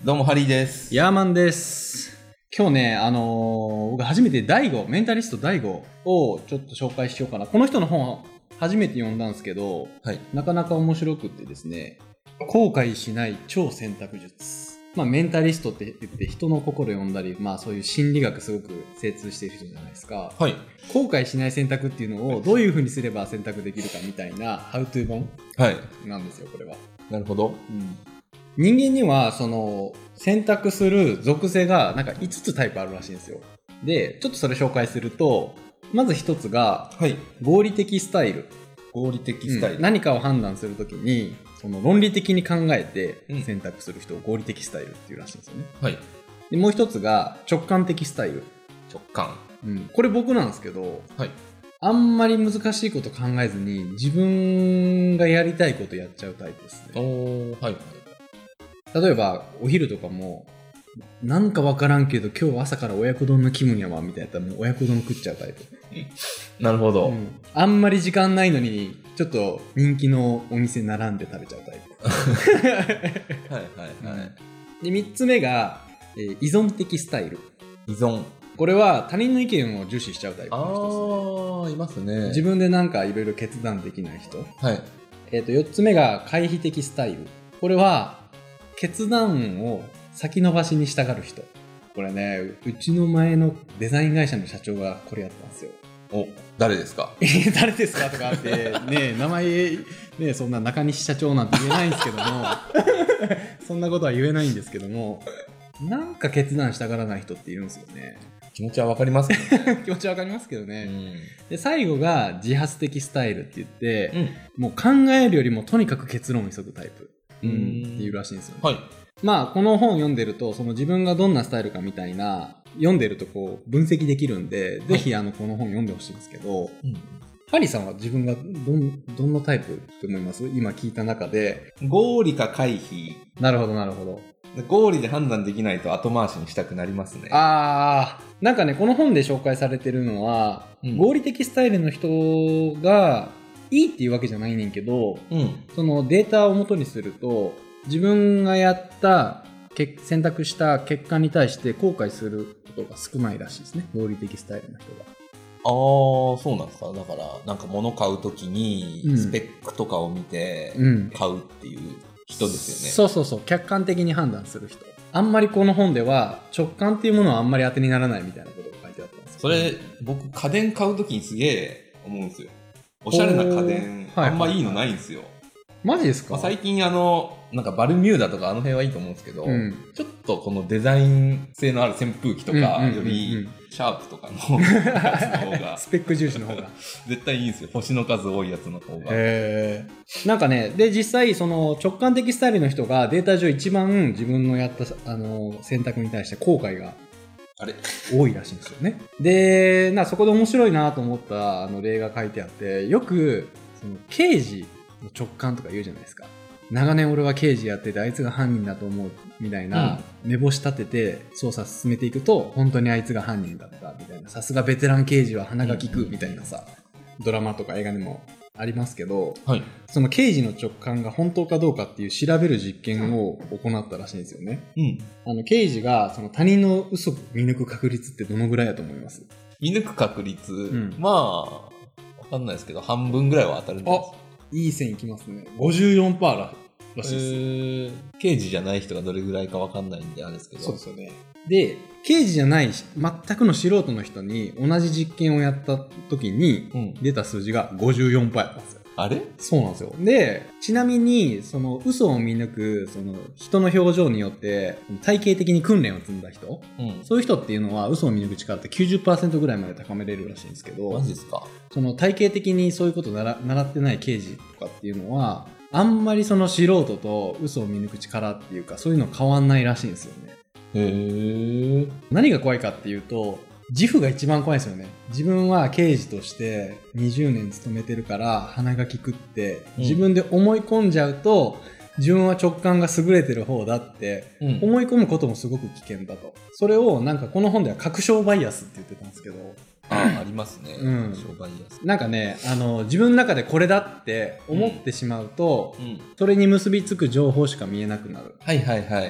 どうもハリーです。 ヤーマンです。今日ね、僕初めてメンタリスト大悟をちょっと紹介しようかな。この人の本初めて読んだんですけど、 はい、 なかなか面白くってですね、後悔しない超選択術。メンタリストって言って人の心読んだり、そういう心理学すごく精通している人じゃないですか。 はい。 後悔しない選択っていうのをどういう風にすれば選択できるかみたいなハウトゥー本なんですよ、これは。 なるほど。 人間にはその選択する属性がなんか5つタイプあるらしいんですよ。で、ちょっとそれ紹介すると、まず1つが合理的スタイル。 合理的スタイル。 何かを判断するときにその論理的に考えて選択する人を合理的スタイルっていうらしいんですよね。 はい。 で、もう1つが直感的スタイル。 直感。 これ僕なんですけど、 はい。 あんまり難しいこと考えずに自分がやりたいことやっちゃうタイプですね。 はい。 例えばお昼とかもなんかわからんけど今日朝から親子丼の気分やわみたいなやったらもう親子丼食っちゃうタイプ。 なるほど、 あんまり時間ないのにちょっと人気のお店並んで食べちゃうタイプ。で3つ目が、依存的スタイル。 依存。 これは他人の意見を重視しちゃうタイプの人ですね。 いますね。 自分でなんかいろいろ決断できない人。 はい。 4つ目が回避的スタイル。これは決断を先延ばしにしたがる人。これね、うちの前のデザイン会社の社長がこれやったんですよ。 お、誰ですか？ 誰ですかとかってね、名前ね、そんな中西社長なんて言えないんですけどもそんなことは言えないんですけども、なんか決断したがらない人っているんですよね。 気持ちはわかりますけどね。 気持ちはわかりますけどね、で最後が自発的スタイルって言って、もう考えるよりもとにかく結論を急ぐタイプっていうらしいんですよね。 はい。 この本を読んでるとその自分がどんなスタイルかみたいな読んでるとこう分析できるんで、ぜひこの本読んでほしいんですけど、ハリーさんは自分がどんなタイプって思います？今聞いた中で。 合理か回避。 なるほどなるほど。 合理で判断できないと後回しにしたくなりますね。 なんかね、この本で紹介されてるのは、合理的スタイルの人がいいっていうわけじゃないねんけど、そのデータを元にすると自分がやった選択した結果に対して後悔することが少ないらしいですね、合理的スタイルの人が。 そうなんですか。だからなんか物買うときにスペックとかを見て買うっていう人ですよね。 そう客観的に判断する人。あんまりこの本では直感っていうものはあんまり当てにならないみたいなことが書いてあったんですよ。 それ僕家電買うときにすげえ思うんですよ。おしゃれな家電あんまいいのないんですよ。 マジですか？ 最近なんかバルミューダとかあの辺はいいと思うんですけど、ちょっとこのデザイン性のある扇風機とかよりシャープとかのやつの方がスペック重視の方が絶対いいんですよ。星の数多いやつの方が。 なんかね、で実際その直感的スタイルの人がデータ上一番自分のやった選択に対して後悔が多いらしいんですよね。でそこで面白いなと思った例が書いてあって、よくその刑事の直感とか言うじゃないですか。長年俺は刑事やっててあいつが犯人だと思うみたいな、目星立てて捜査進めていくと本当にあいつが犯人だったみたいな、さすがベテラン刑事は鼻が利くみたいなさ、ドラマとか映画でもありますけど、その刑事の直感が本当かどうかっていう調べる実験を行ったらしいんですよね。刑事がその他人の嘘を見抜く確率ってどのぐらいだと思います？ 見抜く確率、わかんないですけど半分ぐらいは当たるんです。 いい線いきますね。54% らしいです。 刑事じゃない人がどれぐらいかわかんないんであれですけど。 そうですよね。で、刑事じゃない全くの素人の人に同じ実験をやった時に出た数字が 54% なんですよ。 あれ？ そうなんですよ。で、ちなみにその嘘を見抜くその人の表情によって体系的に訓練を積んだ人、そういう人っていうのは嘘を見抜く力って 90% ぐらいまで高めれるらしいんですけど、 マジですか？その体系的にそういうことを習ってない刑事とかっていうのはあんまりその素人と嘘を見抜く力っていうかそういうの変わんないらしいんですよね。何が怖いかっていうと、自負が一番怖いですよね。自分は刑事として20年勤めてるから鼻が利くって自分で思い込んじゃうと、自分は直感が優れてる方だって思い込むこともすごく危険だと。それをなんかこの本では確証バイアスって言ってたんですけど、 ありますね。商売やす。 なんかね、自分の中でこれだって思ってしまうと、それに結びつく情報しか見えなくなる。 はいはいはい。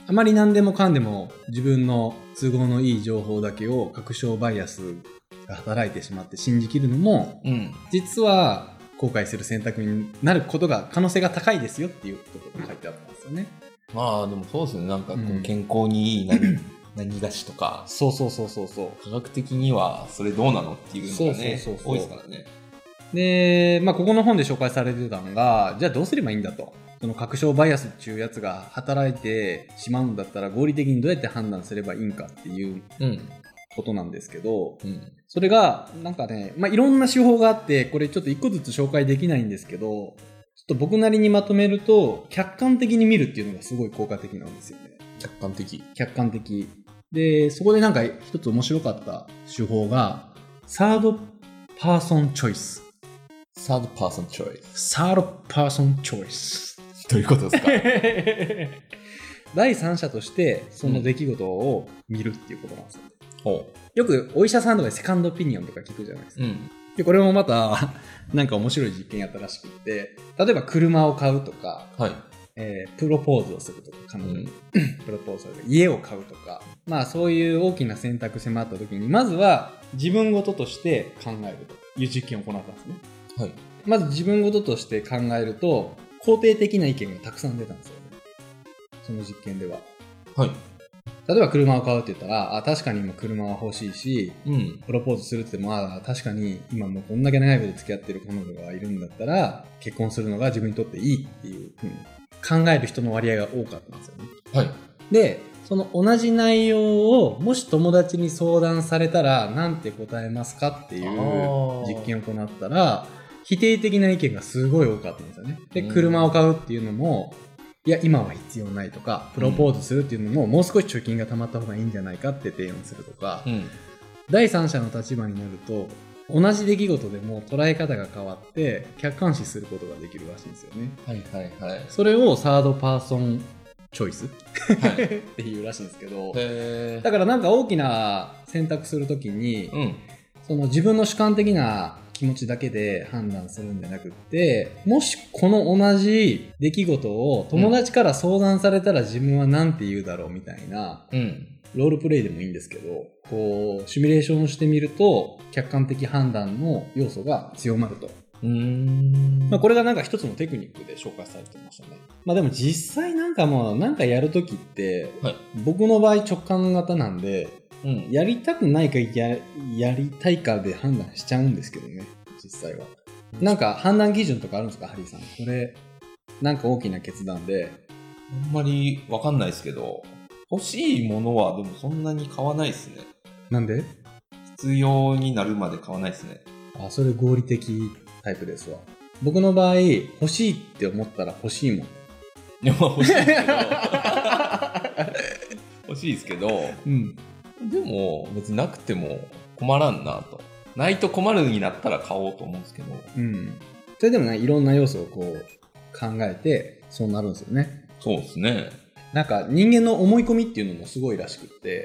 あまり何でもかんでも自分の都合のいい情報だけを確証バイアスが働いてしまって信じきるのも、実は後悔する選択になることが可能性が高いですよっていうことが書いてあったんですよね。 まあでもそうですね。なんかこう健康にいい何がしとか。 そう。 科学的にはそれどうなのっていうのがね、多いですからね。 で、ここの本で紹介されてたのが、じゃあどうすればいいんだと。その確証バイアスっていうやつが働いてしまうんだったら合理的にどうやって判断すればいいんかっていうことなんですけど、それがなんかね、いろんな手法があって、これちょっと一個ずつ紹介できないんですけど、ちょっと僕なりにまとめると、客観的に見るっていうのがすごい効果的なんですよね。 客観的。 で、そこでなんか一つ面白かった手法が、サードパーソンチョイス。 どういうことですか？ 第三者としてその出来事を見るっていうことなんですよ。よくお医者さんとかでセカンドオピニオンとか聞くじゃないですか。でこれもまたなんか面白い実験やったらしくって、例えば車を買うとか、プロポーズをするとか、彼女にプロポーズをする、家を買うとか、そういう大きな選択迫った時に、まずは自分事として考えるという実験を行ったんですね。まず自分事として考えると肯定的な意見がたくさん出たんですよね。その実験では。例えば車を買うって言ったら、確かに今車は欲しいし、プロポーズするって言っても、確かに今もうこんだけ長いこと付き合ってる彼女がいるんだったら、結婚するのが自分にとっていいっていうふうに考える人の割合が多かったんですよね。で、その同じ内容をもし友達に相談されたらなんて答えますかっていう実験を行ったら、否定的な意見がすごい多かったんですよね。で、車を買うっていうのも、いや、今は必要ないとか、プロポーズするっていうのも、もう少し貯金が溜まった方がいいんじゃないかって提案するとか、第三者の立場になると、同じ出来事でも捉え方が変わって、客観視することができるらしいんですよね。それをサードパーソンチョイス、っていうらしいんですけど、だからなんか大きな選択するときに、その自分の主観的な気持ちだけで判断するんじゃなくって、もしこの同じ出来事を友達から相談されたら自分は何て言うだろうみたいな、ロールプレイでもいいんですけど、こうシミュレーションをしてみると客観的判断の要素が強まると。これがなんか一つのテクニックで紹介されてましたね。でも実際なんかもうなんかやるときって、僕の場合直感型なんで、やりたくないか やりたいかで判断しちゃうんですけどね、実際は。なんか判断基準とかあるんですか、ハリーさん。これなんか大きな決断で。 あんまりわかんないですけど、欲しいものはでもそんなに買わないですね。 なんで？ 必要になるまで買わないですね。 それ合理的タイプですわ。僕の場合、欲しいって思ったら欲しいもん。 いや、欲しいですけど欲しいですけど、でも別になくても困らんなと。ないと困るになったら買おうと思うんですけど。 それでもね、いろんな要素をこう考えてそうなるんですよね。 そうですね。 なんか人間の思い込みっていうのもすごいらしくって、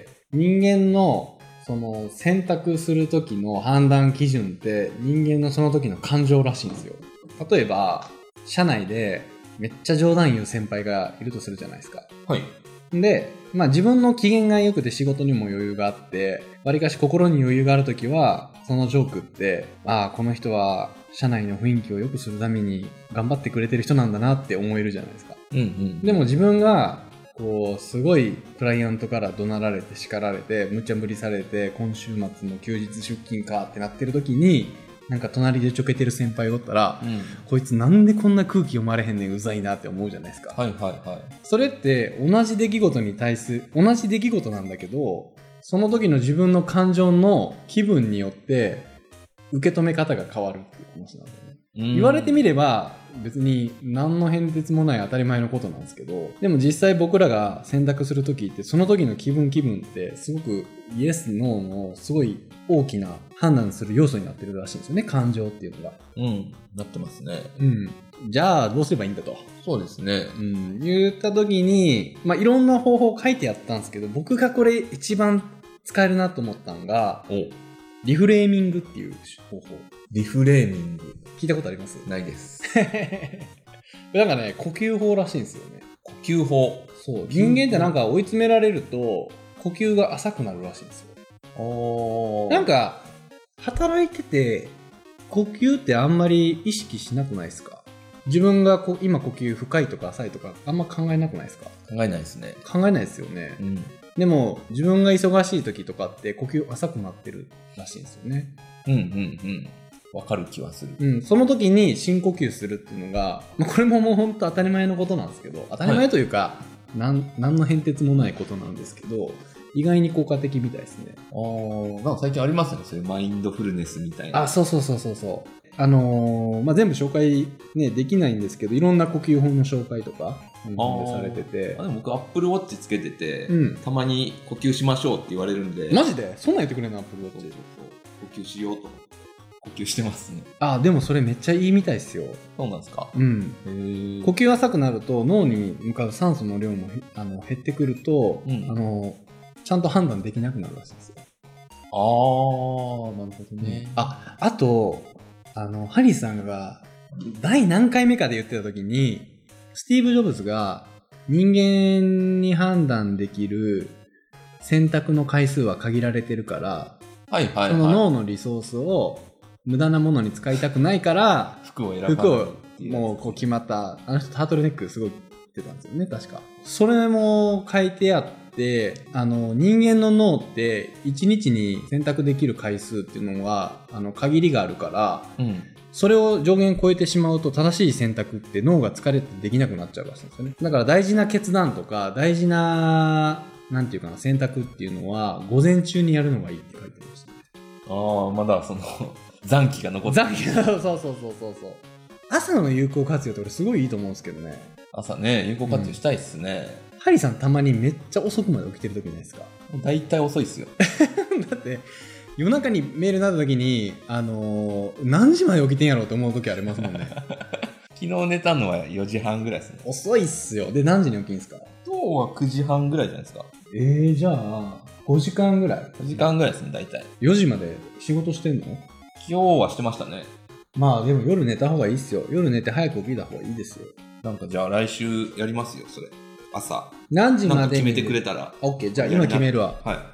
人間のその選択する時の判断基準って人間のその時の感情らしいんですよ。例えば社内でめっちゃ冗談言う先輩がいるとするじゃないですか。で、自分の機嫌が良くて仕事にも余裕があって、わりかし心に余裕があるときは、そのジョークって、この人は社内の雰囲気を良くするために頑張ってくれてる人なんだなって思えるじゃないですか。でも自分が、こう、すごいクライアントから怒鳴られて叱られて、無茶ぶりされて、今週末の休日出勤かってなってるときに、なんか隣でちょけてる先輩がおったら、こいつなんでこんな空気読まれへんねん、うざいなって思うじゃないですか。それって同じ出来事に対する同じ出来事なんだけど、その時の自分の感情の気分によって受け止め方が変わるっていう話なんだよね。言われてみれば別に何の変哲もない当たり前のことなんですけど、でも実際僕らが選択する時ってその時の気分ってすごくイエスノーのすごい大きな判断する要素になってるらしいんですよね、感情っていうのが。 なってますね。 じゃあどうすればいいんだと。 そうですね。 言った時に、いろんな方法書いてあったんですけど、僕がこれ一番使えるなと思ったのが、リフレーミングっていう方法。 リフレーミング。 聞いたことあります？ ないです。 なんかね、呼吸法らしいんですよね。 呼吸法。 そう。人間ってなんか追い詰められると、呼吸が浅くなるらしいんですよ。なんか、働いてて、呼吸ってあんまり意識しなくないですか？自分が今呼吸深いとか浅いとかあんま考えなくないですか？ 考えないですね。 考えないですよね。でも、自分が忙しい時とかって呼吸浅くなってるらしいんですよね。 わかる気はする。 その時に深呼吸するっていうのが、これももう本当当たり前のことなんですけど、当たり前というか、何の変哲もないことなんですけど、意外に効果的みたいですね。 なんか最近ありますよね、そういうマインドフルネスみたいな。 そう。全部紹介ね、できないんですけど、いろんな呼吸法の紹介とか、されてて。 でも僕、Apple Watch つけてて、たまに呼吸しましょうって言われるんで。 マジで？そんなん言ってくれるの Apple Watch。 呼吸しようと。呼吸してますね。 でもそれめっちゃいいみたいですよ。 そうなんですか？ 呼吸浅くなると脳に向かう酸素の量も減ってくると、ちゃんと判断できなくなるらしいですよ。 なるほどね。 あと、ハリーさんが第何回目かで言ってた時に、スティーブ・ジョブズが人間に判断できる選択の回数は限られてるから、その脳のリソースを無駄なものに使いたくないから、 服をもう決まった、あの人タートルネックすごい言ってたんですよね、確か。それも書いてあって、人間の脳って1日に選択できる回数っていうのは限りがあるから、それを上限超えてしまうと正しい選択って脳が疲れてできなくなっちゃうらしいんですよね。だから大事な決断とか大事ななんていうかな選択っていうのは午前中にやるのがいいって書いてましたね。 まだその残機が残ってる。 そう。朝の有効活用って俺すごいいいと思うんですけどね。 朝ね、有効活用したいっすね。 ハリーさんたまにめっちゃ遅くまで起きてる時ないですか？ 大体遅いっすよ。 だって夜中にメールになった時に何時まで起きてんやろうって思う時ありますもんね。 昨日寝たのは4時半ぐらいですね。 遅いっすよ。で何時に起きんすか？ 今日は9時半ぐらいじゃないですか。 じゃあ5時間ぐらい 5時間ぐらいですね、大体。 4時まで仕事してんの？ 今日はしてましたね。 でも夜寝た方がいいっすよ。夜寝て早く起きた方がいいですよ。 なんかじゃあ来週やりますよ、それ。朝。 何時までに決めてくれたら。 OK、じゃあ今決めるわ。 はい。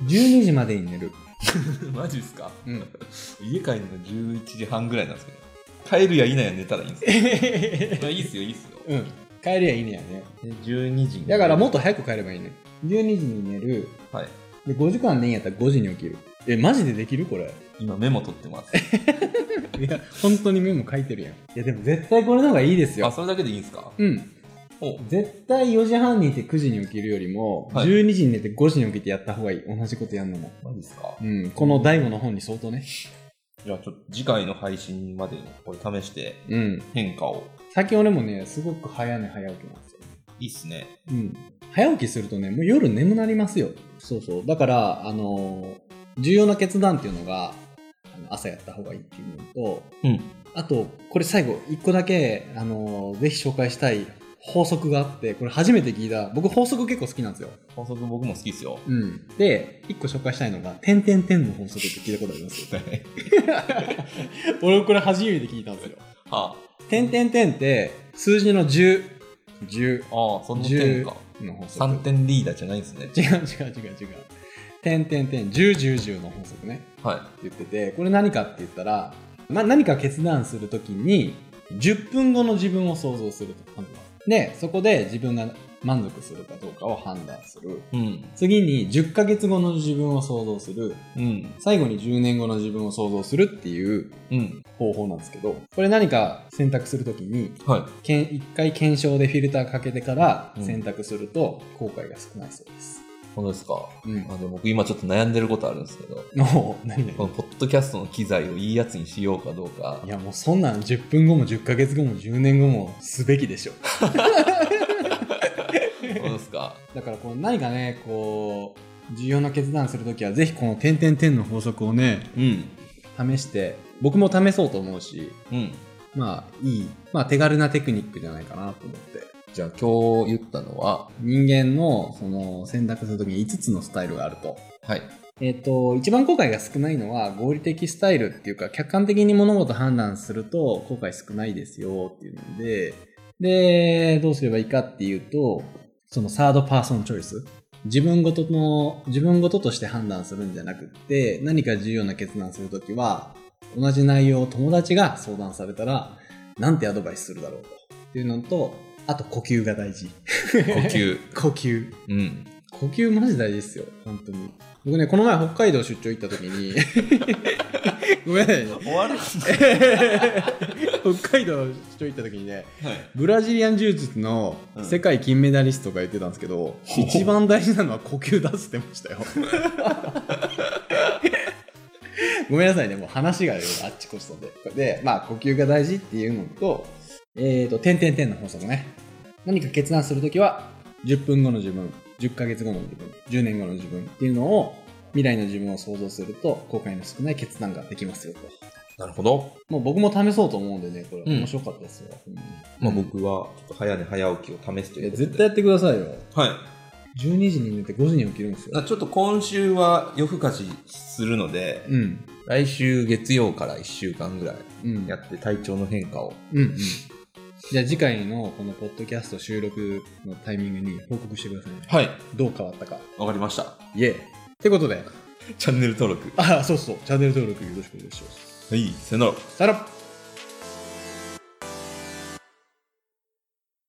12時までに寝る。 マジですか？家帰るの11時半ぐらいなんですけど。帰るやいなや寝たらいいんですよ。いいっすよ。 帰るやいいねやね。 12時に。 だからもっと早く帰ればいいね。12時に寝る。 はい。 で、5時間寝んやったら5時に起きる。マジでできるこれ。 今メモ取ってます。 いや、本当にメモ書いてるやん。いや、でも絶対これの方がいいですよ。 それだけでいいんですか？ 絶対4時半に寝て9時に起きるよりも、12時に寝て5時に起きてやった方がいい。同じことやんのも。 マジですか？ この大悟の本に相当ね。 じゃあちょっと次回の配信までにこれ試して変化を。 最近俺もね、すごく早寝早起きなんですよ。 いいっすね。 早起きするとね、もう夜眠なりますよ。そう。だから、重要な決断っていうのが、朝やった方がいいっていうのと、あと、これ最後、一個だけ、ぜひ紹介したい法則があって、これ初めて聞いた。僕法則結構好きなんですよ。 法則僕も好きですよ。 で、一個紹介したいのが、点々点の法則って聞いたことあります俺これ初めて聞いたんですよ。点々点って数字の10。 その点か。 の法則。 3点リーダーじゃないんですね。 違う。点々点、10の法則ね。って言ってて、これ何かって言ったら、何か決断するときに、10分後の自分を想像すると。で、そこで自分が満足するかどうかを判断する。次に10ヶ月後の自分を想像する。最後に10年後の自分を想像するっていう方法なんですけど、これ何か選択するときに、一回検証でフィルターかけてから選択すると後悔が少ないそうです。 本当ですか？で僕今ちょっと悩んでることあるんですけど、このポッドキャストの機材をいいやつにしようかどうか。 いやもうそんなん10分後も10ヶ月後も10年後もすべきでしょ。 そうですか。 だからこう何かね、こう重要な決断するときはぜひこの点々点の法則をね、試して、僕も試そうと思うし、手軽なテクニックじゃないかなと思って。 じゃあ今日言ったのは、 人間のその選択するときに5つのスタイルがあると。一番後悔が少ないのは合理的スタイルっていうか、客観的に物事判断すると後悔少ないですよっていうので、どうすればいいかっていうと、 そのサードパーソンチョイス。自分ごととして判断するんじゃなくって、何か重要な決断するときは、同じ内容を友達が相談されたら、なんてアドバイスするだろうと。っていうのと、あと呼吸が大事。呼吸。 うん。 呼吸マジ大事ですよ。本当に。僕ね、この前北海道出張行った時に、ごめんなさいね。 終わる北海道出張行った時にね、 はい、 ブラジリアン柔術の世界金メダリストが言ってたんですけど、一番大事なのは呼吸だっつってましたよ。ごめんなさいね、もう話があっちこっちとで。で、まあ呼吸が大事っていうのと、点の法則ね。何か決断するときは、10分後の自分、10ヶ月後の自分、10年後の自分っていうのを、未来の自分を想像すると、後悔の少ない決断ができますよと。 なるほど。 もう僕も試そうと思うんでね、これ面白かったですよ。 まあ僕は、ちょっと早寝早起きを試すということで。 絶対やってくださいよ。 はい。 12時に寝て5時に起きるんですよ。 ちょっと今週は夜更かしするので、来週月曜から1週間ぐらいやって体調の変化を。じゃあ次回のこのポッドキャスト収録のタイミングに報告してくださいね。 はい。 どう変わったか。 わかりました。 イエーイ。ってことで、 チャンネル登録。 そうそう。チャンネル登録よろしくお願いします。 はい、さよなら。 さよなら。